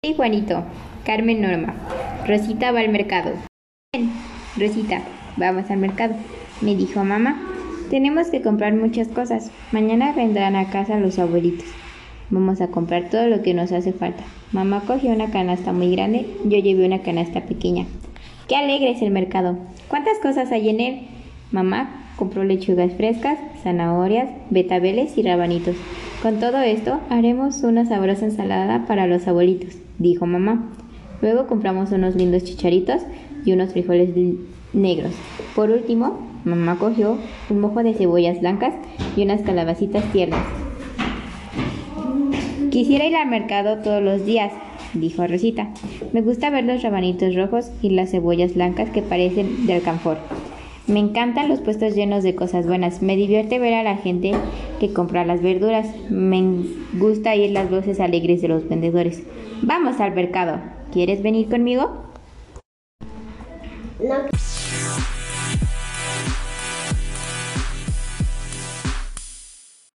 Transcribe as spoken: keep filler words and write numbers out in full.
y Juanito, Carmen Norma. Rosita va al mercado. Ven, Rosita, vamos al mercado, me dijo mamá. Tenemos que comprar muchas cosas. Mañana vendrán a casa los abuelitos. Vamos a comprar todo lo que nos hace falta. Mamá cogió una canasta muy grande, yo llevé una canasta pequeña. ¡Qué alegre es el mercado! ¿Cuántas cosas hay en él? Mamá compró lechugas frescas, zanahorias, betabeles y rabanitos. Con todo esto, haremos una sabrosa ensalada para los abuelitos, dijo mamá. Luego compramos unos lindos chicharitos y unos frijoles negros. Por último, mamá cogió un mojo de cebollas blancas y unas calabacitas tiernas. Quisiera ir al mercado todos los días, dijo Rosita. Me gusta ver los rabanitos rojos y las cebollas blancas que parecen de alcanfor. Me encantan los puestos llenos de cosas buenas. Me divierte ver a la gente que compra las verduras. Me gusta oír las voces alegres de los vendedores. Vamos al mercado. ¿Quieres venir conmigo? No.